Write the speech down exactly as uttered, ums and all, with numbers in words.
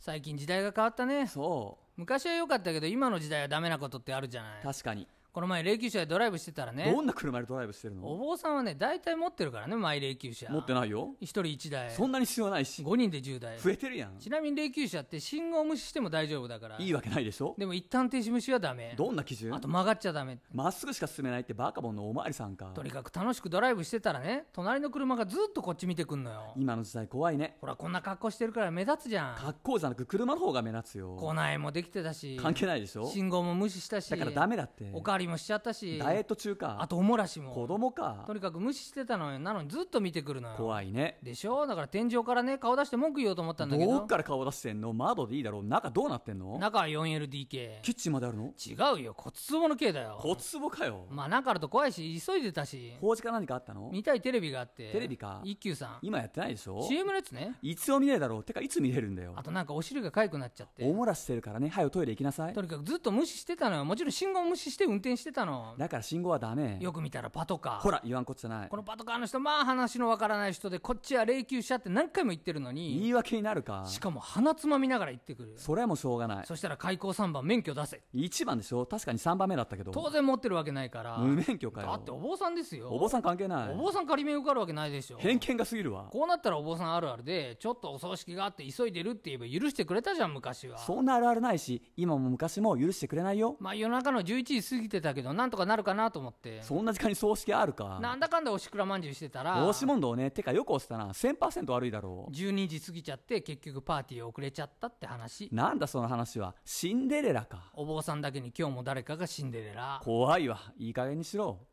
最近時代が変わったね。 そ昔は良かったけど今の時代はダメなことってあるじゃなう。 い。 確かに。 この前霊柩車でドライブしてたらね、 どんな車でドライブしてるの？ お坊さんはね大体持ってるからね、マイ霊柩車。 持ってないよ。 一人一台。 そんなに必要ないし。 ごにんでじゅうだい。 増えてるやん。 ちなみに霊柩車って信号無視しても大丈夫だから。 いいわけないでしょ。 でも一旦停止無視はダメ。 どんな基準？ あと曲がっちゃダメ。 まっすぐしか進めないってバカボンのおまわりさんか。 とにかく楽しくドライブしてたらね、隣の車がずっとこっち見てくんのよ。 今の時代怖いね。 ほらこんな格好してるから目立つじゃん。 格好じゃなく車の方が目立つよ。 コナエもできてたし、 関係ないでしょ。 信号も無視したし、 だからダメだって。 おかわりもしちゃったし、 ダイエット中か。 あとおもらしも。 子供か。 とにかく無視してたのよ。なのにずっと見てくるのよ。 怖いね。 でしょ。だから天井からね顔出して文句言おうと思ったんだけど。 どっから顔出してんの？窓でいいだろう。中どうなってんの？ 中は よんエルディーケー。 キッチンまであるの？ 違うよ、骨壺の系だよ。 骨壺かよ。 まあ中あると怖いし急いでたし。 法事か何かあったの？ 見たいテレビがあって。 テレビか。 一休さん今やってないでしょ。 シーエム のやつね。 いつを見れるだろう。てかいつ見れるんだよ。 あとなんかお尻が痒くなっちゃって。 おもらしてるからね。早くトイレ行きなさい。 とにかくずっと無視してたのよ。もちろん信号無視して運転してたの。 だから信号はダメ。 よく見たらパトカー。 ほら言わんこっちゃない。 このパトカーの人、まあ話のわからない人で、こっちは霊柩車って何回も言ってるのに、 言い訳になるか。 しかも鼻つまみながら言ってくる。 それはもうしょうがない。 そしたら開口さんばん免許出せ。 いちばんでしょ。確かにさんばんめだったけど。 当然持ってるわけないから。 無免許かよ。 だってお坊さんですよ。 お坊さん関係ない。 お坊さん仮免受かるわけないでしょ。 偏見が過ぎるわ。 こうなったらお坊さんあるあるで、ちょっとお葬式があって急いでるって言えば許してくれたじゃん、昔は。 そんなあるあるないし、今も昔も許してくれないよ。 まあ夜中のじゅういちじ過ぎてたけど、なんとかなるかなと思って。 そんな時間に葬式あるか。 なんだかんだおしくらまんじゅうしてたら、 押し問答ね。てかよく押したな。せんパーセント悪いだろう。 じゅうにじ過ぎちゃって結局パーティー遅れちゃったって話。 なんだその話は。シンデレラか。 お坊さんだけに今日も誰かがシンデレラ。 怖いわ。いい加減にしろ。